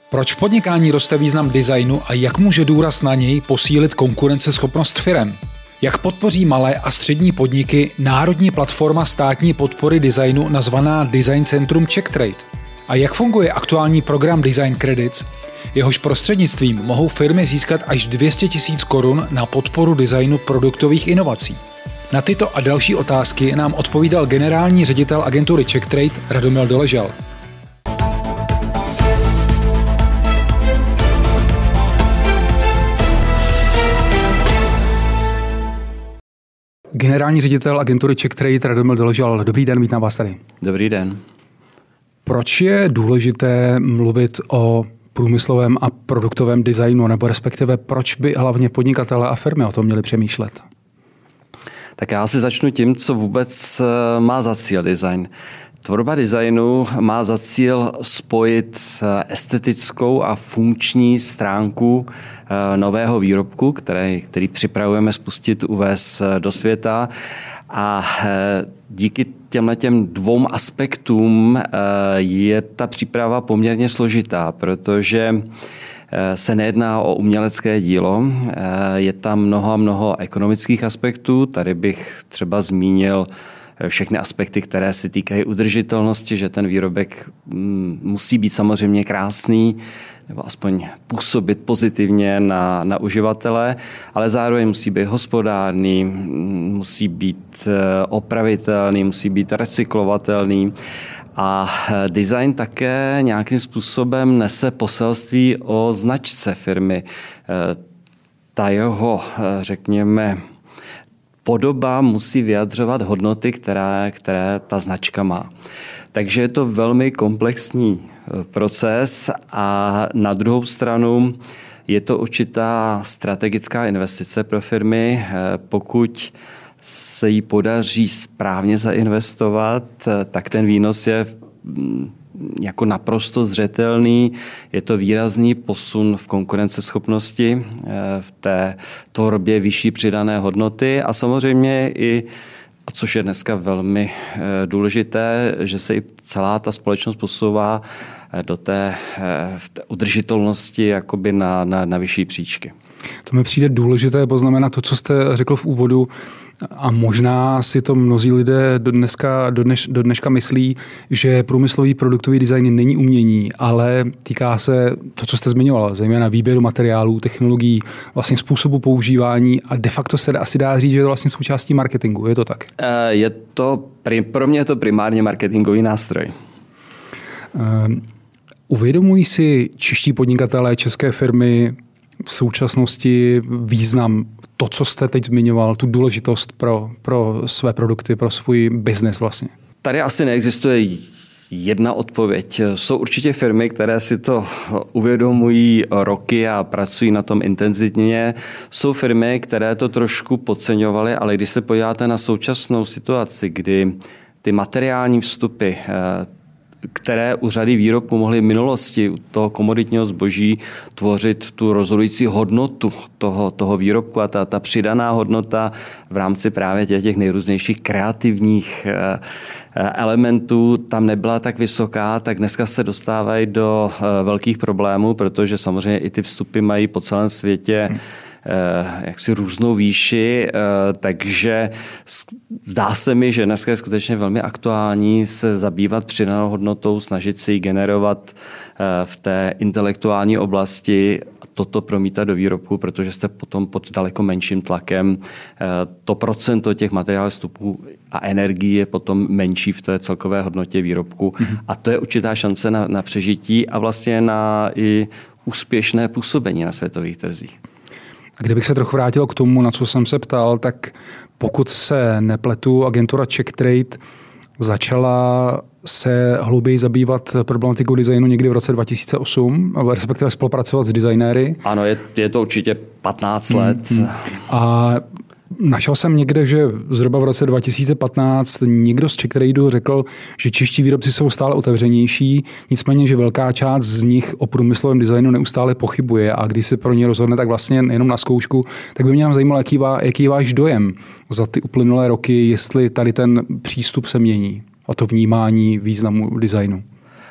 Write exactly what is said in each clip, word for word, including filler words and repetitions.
Proč v podnikání roste význam designu a jak může důraz na něj posílit konkurenceschopnost firem? Jak podpoří malé a střední podniky národní platforma státní podpory designu nazvaná Design Centrum CzechTrade? A jak funguje aktuální program Design Credits, jehož prostřednictvím mohou firmy získat až dvě stě tisíc korun na podporu designu produktových inovací? Na tyto a další otázky nám odpovídal generální ředitel agentury CzechTrade Radomil Doležal. Generální ředitel agentury CzechTrade Radomil Doležal. Dobrý den, vítám vás tady. Dobrý den. Proč je důležité mluvit o průmyslovém a produktovém designu, nebo respektive proč by hlavně podnikatelé a firmy o tom měli přemýšlet? Tak já si začnu tím, co vůbec má za cíl design. Tvorba designu má za cíl spojit estetickou a funkční stránku nového výrobku, který, který připravujeme spustit, uvést do světa. A díky těmhletěm dvou aspektům je ta příprava poměrně složitá, protože se nejedná o umělecké dílo, je tam mnoho a mnoho ekonomických aspektů. Tady bych třeba zmínil všechny aspekty, které se týkají udržitelnosti, že ten výrobek musí být samozřejmě krásný, nebo aspoň působit pozitivně na, na uživatele, ale zároveň musí být hospodárný, musí být opravitelný, musí být recyklovatelný. A design také nějakým způsobem nese poselství o značce firmy. Ta jeho, řekněme, podoba musí vyjadřovat hodnoty, které, které ta značka má. Takže je to velmi komplexní proces a na druhou stranu je to určitá strategická investice pro firmy. Pokud se jí podaří správně zainvestovat, tak ten výnos je jako naprosto zřetelný. Je to výrazný posun v konkurenceschopnosti, v té tvorbě vyšší přidané hodnoty a samozřejmě i, což je dneska velmi důležité, že se i celá ta společnost posouvá do té, v té udržitelnosti jakoby na, na, na vyšší příčky. To mi přijde důležité poznamenat to, co jste řekl v úvodu, a možná si to mnozí lidé do dneska, do, dneš, do dneška myslí, že průmyslový produktový design není umění, ale týká se to, co jste zmiňoval, zejména výběru materiálů, technologií, vlastně způsobu používání a de facto se asi dá říct, že je to vlastně součástí marketingu. Je to tak? Je to, pro mě je to primárně marketingový nástroj. Um, uvědomují si čeští podnikatelé, české firmy v současnosti význam, to, co jste teď zmiňoval, tu důležitost pro, pro své produkty, pro svůj biznes vlastně? Tady asi neexistuje jedna odpověď. Jsou určitě firmy, které si to uvědomují roky a pracují na tom intenzivně. Jsou firmy, které to trošku podceňovaly, ale když se podíváte na současnou situaci, kdy ty materiální vstupy, které u řady výrobků mohly v minulosti u toho komoditního zboží tvořit tu rozhodující hodnotu toho, toho výrobku a ta, ta přidaná hodnota v rámci právě těch, těch nejrůznějších kreativních elementů tam nebyla tak vysoká, tak dneska se dostávají do velkých problémů, protože samozřejmě i ty vstupy mají po celém světě hmm. jaksi různou výši, takže zdá se mi, že dneska je skutečně velmi aktuální se zabývat přidanou hodnotou, snažit si ji generovat v té intelektuální oblasti a toto promítat do výrobku, protože jste potom pod daleko menším tlakem. To procento těch materiálních vstupů a energií je potom menší v té celkové hodnotě výrobku mm-hmm. a to je určitá šance na, na přežití a vlastně na i úspěšné působení na světových trzích. A kdybych se trochu vrátil k tomu, na co jsem se ptal, tak pokud se nepletu, agentura CzechTrade začala se hlouběji zabývat problematikou designu někdy v roce dva tisíce osm, respektive spolupracovat s designéry. Ano, je, je to určitě patnáct let. Hmm, hmm. A našel jsem někde, že zhruba v roce dva tisíce patnáct někdo z CzechTradeu řekl, že čeští výrobci jsou stále otevřenější, nicméně, že velká část z nich o průmyslovém designu neustále pochybuje a když se pro ně rozhodne, tak vlastně jenom na zkoušku, tak by mě nám zajímalo, jaký, vá, jaký je váš dojem za ty uplynulé roky, jestli tady ten přístup se mění a to vnímání významu designu.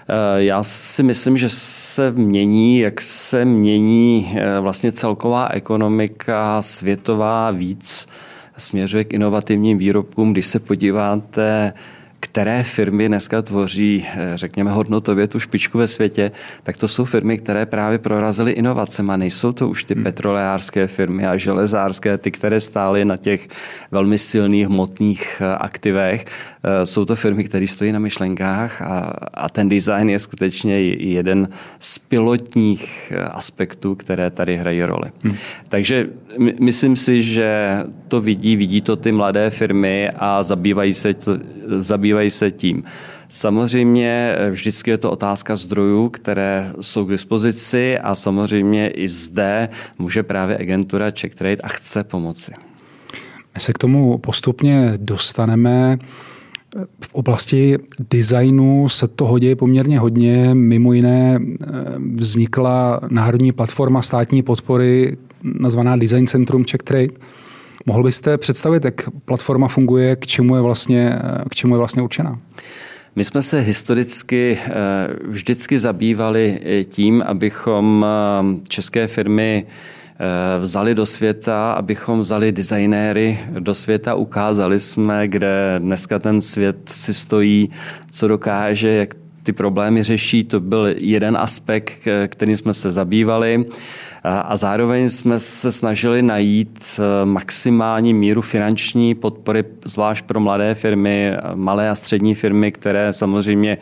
Já si myslím, že se mění, jak se mění vlastně celková ekonomika světová víc směřuje k inovativním výrobkům. Když se podíváte, které firmy dneska tvoří, řekněme, hodnotově tu špičku ve světě, tak to jsou firmy, které právě prorazily inovacemi. Nejsou to už ty hmm. petrolejářské firmy a železářské, ty, které stály na těch velmi silných hmotných aktivech. Jsou to firmy, které stojí na myšlenkách a, a ten design je skutečně jeden z pilotních aspektů, které tady hrají roli. Hmm. Takže my, myslím si, že to vidí, vidí to ty mladé firmy a zabývají se, zabývají se tím. Samozřejmě vždycky je to otázka zdrojů, které jsou k dispozici a samozřejmě i zde může právě agentura CzechTrade a chce pomoci. My se k tomu postupně dostaneme. V oblasti designu se toho děje poměrně hodně. Mimo jiné vznikla národní platforma státní podpory nazvaná Design Centrum CzechTrade. Mohl byste představit, jak platforma funguje, k čemu je vlastně, k čemu je vlastně určená? My jsme se historicky vždycky zabývali tím, abychom české firmy vzali do světa, abychom vzali designéry do světa, ukázali jsme, kde dneska ten svět si stojí, co dokáže, jak ty problémy řeší. To byl jeden aspekt, kterým jsme se zabývali. A zároveň jsme se snažili najít maximální míru finanční podpory, zvlášť pro mladé firmy, malé a střední firmy, které samozřejmě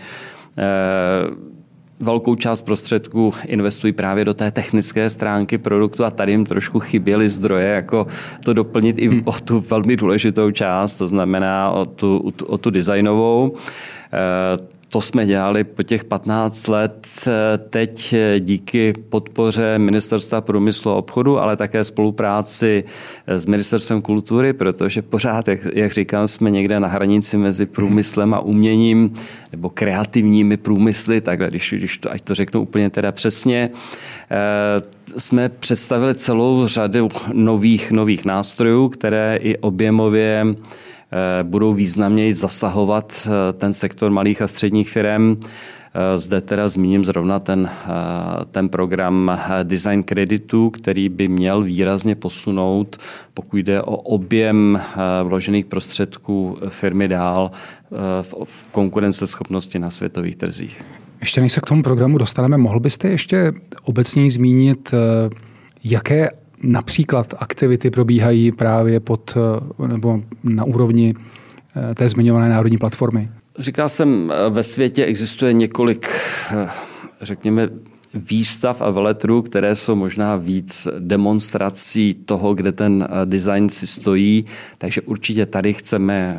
velkou část prostředků investují právě do té technické stránky produktu a tady jim trošku chyběly zdroje, jako to doplnit i o tu velmi důležitou část, to znamená o tu, o tu designovou. To jsme dělali po těch patnáct let. Teď díky podpoře Ministerstva průmyslu a obchodu, ale také spolupráci s Ministerstvem kultury, protože pořád, jak, jak říkám, jsme někde na hranici mezi průmyslem a uměním nebo kreativními průmysly, takhle, když, když to, ať to řeknu úplně teda přesně. Jsme představili celou řadu nových, nových nástrojů, které i objemově budou významněji zasahovat ten sektor malých a středních firem. Zde teda zmíním zrovna ten, ten program Design Kreditu, který by měl výrazně posunout, pokud jde o objem vložených prostředků firmy dál v konkurenceschopnosti na světových trzích. Ještě než se k tomu programu dostaneme, mohl byste ještě obecněji zmínit, jaké například aktivity probíhají právě pod nebo na úrovni té zmiňované národní platformy? Říkal jsem, ve světě existuje několik, řekněme, výstav a veletrhů, které jsou možná víc demonstrací toho, kde ten design si stojí, takže určitě tady chceme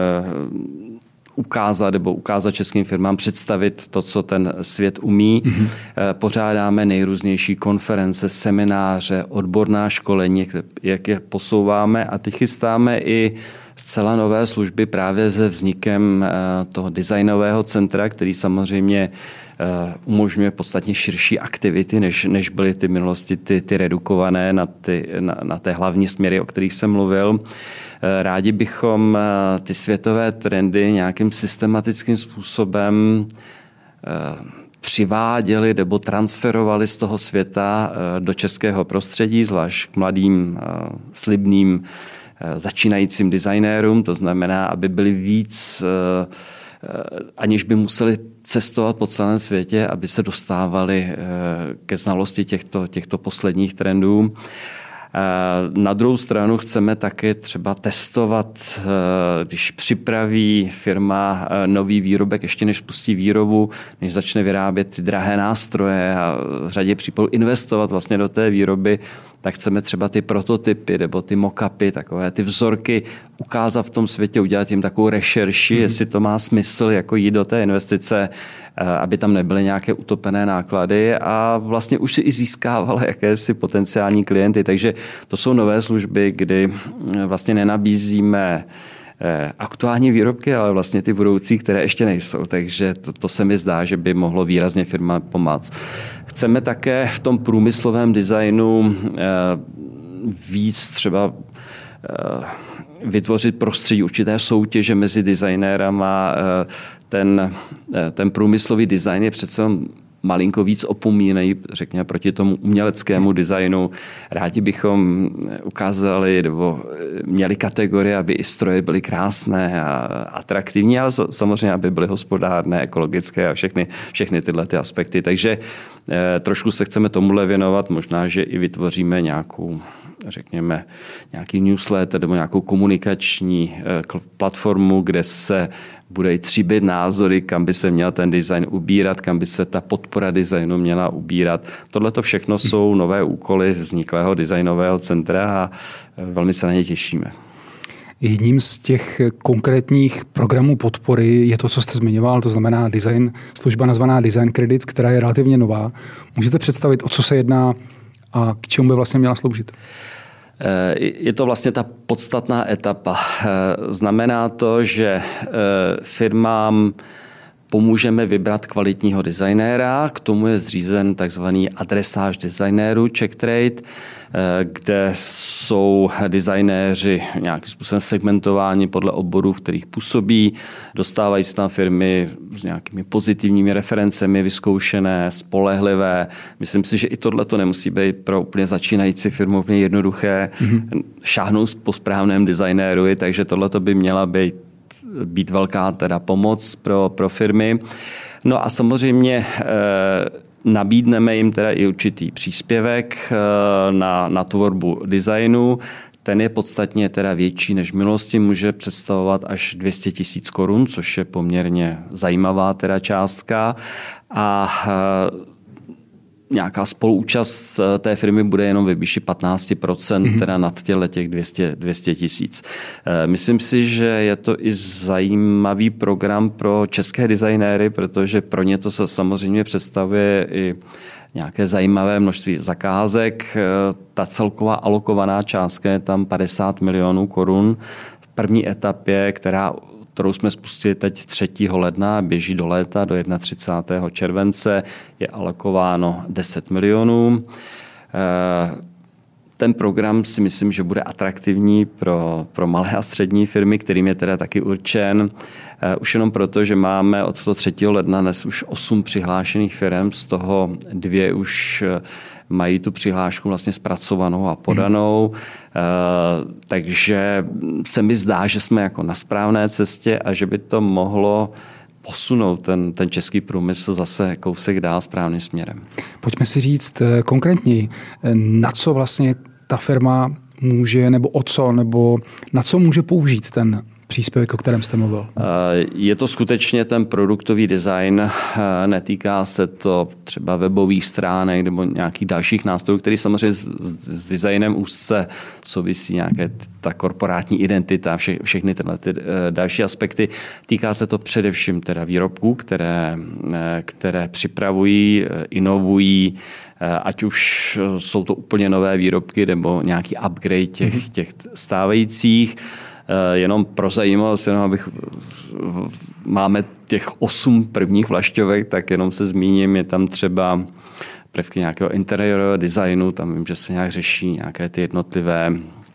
ukázat nebo ukázat českým firmám, představit to, co ten svět umí. Mm-hmm. Pořádáme nejrůznější konference, semináře, odborná školení, jak je posouváme a teď chystáme i zcela nové služby právě se vznikem toho designového centra, který samozřejmě umožňuje podstatně širší aktivity, než, než byly ty minulosti ty, ty redukované na, ty, na, na té hlavní směry, o kterých jsem mluvil. Rádi bychom ty světové trendy nějakým systematickým způsobem přiváděli nebo transferovali z toho světa do českého prostředí, zvlášť k mladým, slibným, začínajícím designérům. To znamená, aby byli víc, aniž by museli cestovat po celém světě, aby se dostávali ke znalosti těchto, těchto posledních trendů. Na druhou stranu chceme také třeba testovat, když připraví firma nový výrobek, ještě než spustí výrobu, než začne vyrábět ty drahé nástroje a v řadě případů investovat vlastně do té výroby, tak chceme třeba ty prototypy nebo ty mock-upy, takové ty vzorky ukázat v tom světě, udělat jim takovou rešerši, mm. jestli to má smysl jako jít do té investice, aby tam nebyly nějaké utopené náklady a vlastně už si i získávala jakési potenciální klienty. Takže to jsou nové služby, kdy vlastně nenabízíme aktuální výrobky, ale vlastně ty budoucí, které ještě nejsou. Takže to, to se mi zdá, že by mohlo výrazně firma pomoct. Chceme také v tom průmyslovém designu víc třeba vytvořit prostředí určité soutěže mezi designérama. ten, ten průmyslový design je přece malinko víc opomínají, řekněme, proti tomu uměleckému designu. Rádi bychom ukázali nebo měli kategorie, aby i stroje byly krásné a atraktivní, ale samozřejmě, aby byly hospodárné, ekologické a všechny, všechny tyhle ty aspekty. Takže eh, trošku se chceme tomuhle věnovat, možná, že i vytvoříme nějakou, řekněme, nějaký newsletter nebo nějakou komunikační eh, platformu, kde se bude i tříbit názory, kam by se měl ten design ubírat, kam by se ta podpora designu měla ubírat. Tohle to všechno jsou nové úkoly vzniklého designového centra a velmi se na ně těšíme. Jedním z těch konkrétních programů podpory je to, co jste zmiňoval, to znamená design, služba nazvaná Design Credits, která je relativně nová. Můžete představit, o co se jedná a k čemu by vlastně měla sloužit? Je to vlastně ta podstatná etapa. Znamená to, že firmám pomůžeme vybrat kvalitního designéra. K tomu je zřízen takzvaný adresář designérů CheckTrade, kde jsou designéři nějakým způsobem segmentováni podle oborů, v kterých působí. Dostávají se tam firmy s nějakými pozitivními referencemi, vyzkoušené, spolehlivé. Myslím si, že i tohle to nemusí být pro úplně začínající firmu úplně jednoduché. Mm-hmm. Šáhnout po správném designérovi, takže tohle by měla být být velká teda pomoc pro, pro firmy. No a samozřejmě eh, nabídneme jim teda i určitý příspěvek eh, na, na tvorbu designu. Ten je podstatně teda větší než v minulosti, může představovat až dvě stě tisíc korun, což je poměrně zajímavá teda částka. A eh, nějaká spoluúčast té firmy bude jenom ve výši patnáct procent, mm-hmm. teda nad těch dvě stě tisíc. Myslím si, že je to i zajímavý program pro české designéry, protože pro ně to se samozřejmě představuje i nějaké zajímavé množství zakázek. Ta celková alokovaná částka je tam padesát milionů korun první etapě, která kterou jsme spustili teď třetího ledna, běží do léta, do třicátého prvního července, je alokováno deset milionů. Ten program si myslím, že bude atraktivní pro, pro malé a střední firmy, kterým je teda taky určen. Už jenom proto, že máme od toho třetího ledna dnes už osm přihlášených firm, z toho dvě už mají tu přihlášku vlastně zpracovanou a podanou. Hmm. Takže se mi zdá, že jsme jako na správné cestě a že by to mohlo posunout ten, ten český průmysl zase kousek dál správným směrem. Pojďme si říct konkrétněji, na co vlastně ta firma může, nebo o co, nebo na co může použít ten příspěvek, o kterém jste mluvil? Je to skutečně ten produktový design, netýká se to třeba webových stránek nebo nějakých dalších nástrojů, který samozřejmě s, s designem úzce souvisí, nějaké ta korporátní identita, vše, všechny tyhle ty další aspekty. Týká se to především teda výrobků, které, které připravují, inovují, ať už jsou to úplně nové výrobky nebo nějaký upgrade těch, těch stávajících. Jenom pro zajímavost, jenom abych, máme těch osm prvních vlašťovek, tak jenom se zmíním, je tam třeba prvky nějakého interiérového designu, tam vím, že se nějak řeší nějaké ty jednotlivé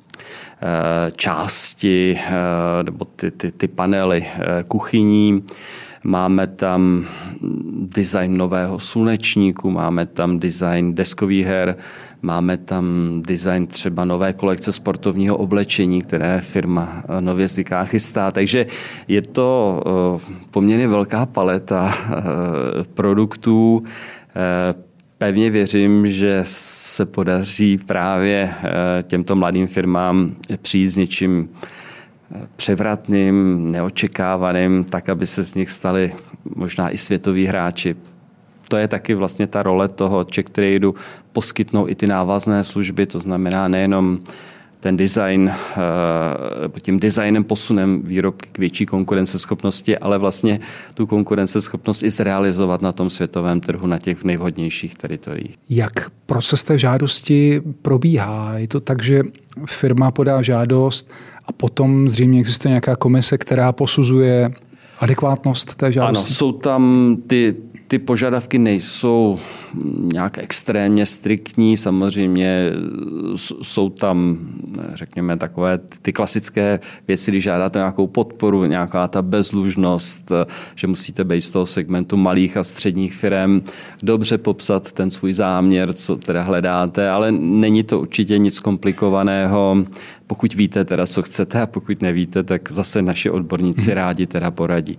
části nebo ty, ty, ty panely kuchyní. Máme tam design nového slunečníku, máme tam design deskových her, máme tam design třeba nové kolekce sportovního oblečení, které firma nově vzniká chystá. Takže je to poměrně velká paleta produktů. Pevně věřím, že se podaří právě těmto mladým firmám přijít s něčím převratným, neočekávaným, tak, aby se z nich stali možná i světoví hráči. To je taky vlastně ta role toho CheckTradeu, poskytnou i ty návazné služby, to znamená nejenom ten design, tím designem posunem výrobky k větší konkurenceschopnosti, ale vlastně tu konkurenceschopnost i zrealizovat na tom světovém trhu na těch nejvhodnějších teritoriích. Jak proces té žádosti probíhá? Je to tak, že firma podá žádost a potom zřejmě existuje nějaká komise, která posuzuje adekvátnost té žádosti? Ano, jsou tam ty ty požadavky nejsou nějak extrémně striktní, samozřejmě jsou tam, řekněme, takové ty klasické věci, když žádáte nějakou podporu, nějaká ta bezdlužnost, že musíte být z toho segmentu malých a středních firem, dobře popsat ten svůj záměr, co teda hledáte, ale není to určitě nic komplikovaného. Pokud víte teda, co chcete, a pokud nevíte, tak zase naši odborníci rádi teda poradí.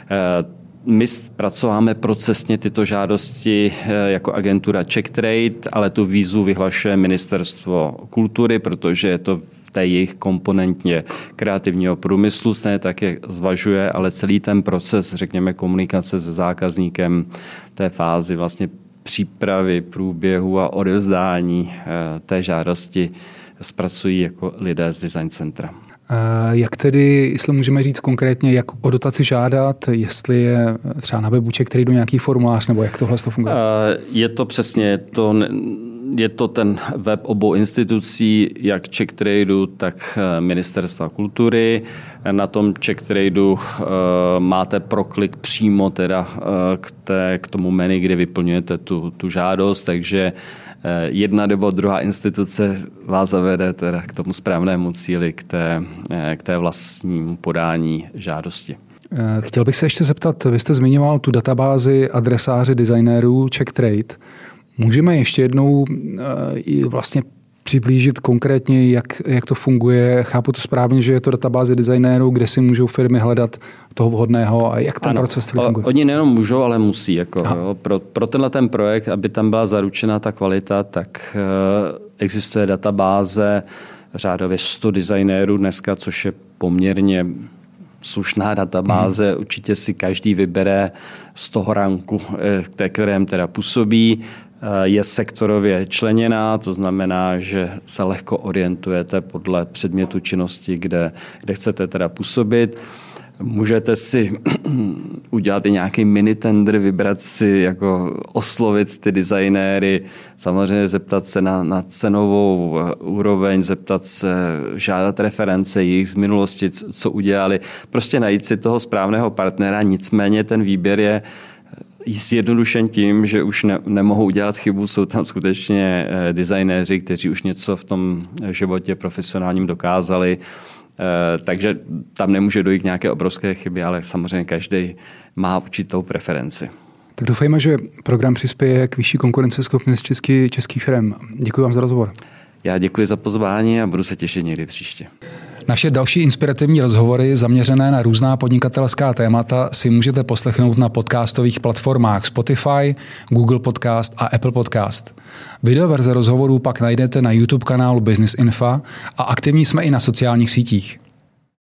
My zpracováme procesně tyto žádosti jako agentura CzechTrade, ale tu výzvu vyhlašuje Ministerstvo kultury, protože je to v té jejich komponentně kreativního průmyslu, stejně tak je zvažuje, ale celý ten proces, řekněme, komunikace se zákazníkem, té fázi vlastně přípravy, průběhu a odevzdání té žádosti zpracují jako lidé z Design Centra. Jak tedy, jestli můžeme říct konkrétně, jak o dotaci žádat, jestli je třeba na webu CzechTrade nějaký formulář, nebo jak tohle to funguje? Je to přesně, to, je to ten web obou institucí, jak CzechTradeu, tak Ministerstva kultury. Na tom CzechTradeu máte proklik přímo teda k, té, k tomu menu, kde vyplňujete tu, tu žádost, takže jedna nebo druhá instituce vás zavede teda k tomu správnému cíli, k té, k té vlastnímu podání žádosti. Chtěl bych se ještě zeptat, vy jste zmiňoval tu databázi adresáři designérů CzechTrade. Můžeme ještě jednou vlastně přiblížit konkrétně, jak, jak to funguje. Chápu to správně, že je to databáze designérů, kde si můžou firmy hledat toho vhodného a jak ten ano, proces funguje? Oni nejenom můžou, ale musí. Jako, jo. Pro, pro tenhle ten projekt, aby tam byla zaručena ta kvalita, tak uh, existuje databáze řádově sto designérů dneska, což je poměrně slušná databáze. Hmm. Určitě si každý vybere z toho ranku, ve kterém teda působí. Je sektorově členěná, to znamená, že se lehko orientujete podle předmětu činnosti, kde, kde chcete teda působit. Můžete si udělat i nějaký mini tender, vybrat si, jako oslovit ty designéry, samozřejmě zeptat se na, na cenovou úroveň, zeptat se, žádat reference jejich z minulosti, co udělali. Prostě najít si toho správného partnera, nicméně ten výběr je zjednodušen tím, že už ne, nemohou udělat chybu, jsou tam skutečně eh, designéři, kteří už něco v tom životě profesionálním dokázali, eh, takže tam nemůže dojít k nějaké obrovské chybě, ale samozřejmě každý má určitou preferenci. Tak doufejme, že program přispěje k vyšší konkurenceschopnosti českých českých firm. Děkuji vám za rozhovor. Já děkuji za pozvání a budu se těšit někdy příště. Naše další inspirativní rozhovory zaměřené na různá podnikatelská témata si můžete poslechnout na podcastových platformách Spotify, Google Podcast a Apple Podcast. Videoverze rozhovorů pak najdete na YouTube kanálu Business Info a aktivní jsme i na sociálních sítích.